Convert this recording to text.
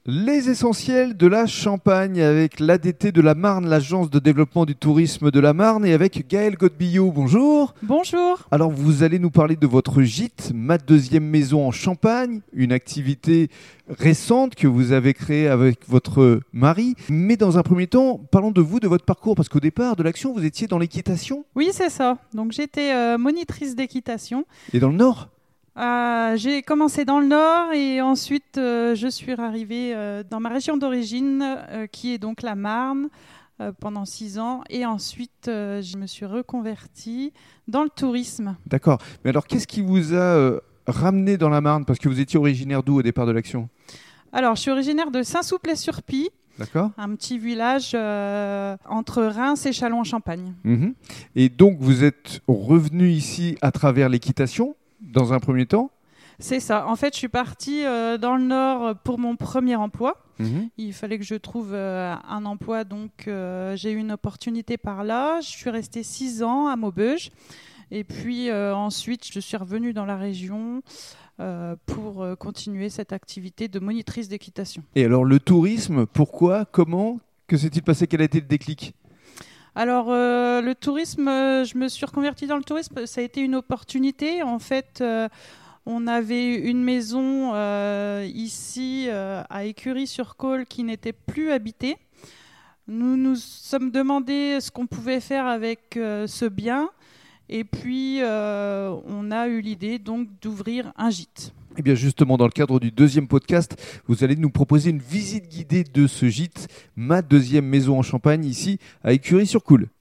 Les essentiels de la Champagne avec l'ADT de la Marne, l'agence de développement du tourisme de la Marne, et avec Gaëlle Godbillot. Bonjour. Bonjour. Alors vous allez nous parler de votre gîte, ma deuxième maison en Champagne, une activité récente que vous avez créée avec votre mari. Mais dans un premier temps, parlons de vous, de votre parcours, parce qu'au départ de l'action, vous étiez dans l'équitation. Oui, c'est ça. Donc j'étais monitrice d'équitation. Et dans le Nord. J'ai commencé dans le Nord et ensuite je suis arrivée dans ma région d'origine qui est donc la Marne pendant 6 ans et ensuite je me suis reconvertie dans le tourisme. D'accord. Mais alors qu'est-ce qui vous a ramené dans la Marne? Parce que vous étiez originaire d'où au départ de l'action? Alors je suis originaire de Saint-Soupley-sur-Pie, D'accord. un petit village entre Reims et Châlons-en-Champagne. Mhm. Et donc vous êtes revenu ici à travers l'équitation dans un premier temps? C'est ça. En fait, je suis partie dans le Nord pour mon premier emploi. Mhm. Il fallait que je trouve un emploi, donc j'ai eu une opportunité par là. Je suis restée 6 ans à Maubeuge. Et puis ensuite, je suis revenue dans la région pour continuer cette activité de monitrice d'équitation. Et alors le tourisme, pourquoi? Comment? Que s'est-il passé? Quel a été le déclic? Alors le tourisme, je me suis reconvertie dans le tourisme. Ça a été une opportunité. En fait, on avait une maison ici à Écury-sur-Cole qui n'était plus habitée. Nous nous sommes demandé ce qu'on pouvait faire avec ce bien. Et puis, on a eu l'idée donc d'ouvrir un gîte. Eh bien justement, dans le cadre du deuxième podcast, vous allez nous proposer une visite guidée de ce gîte, ma deuxième maison en Champagne, ici à Écury-sur-Coole.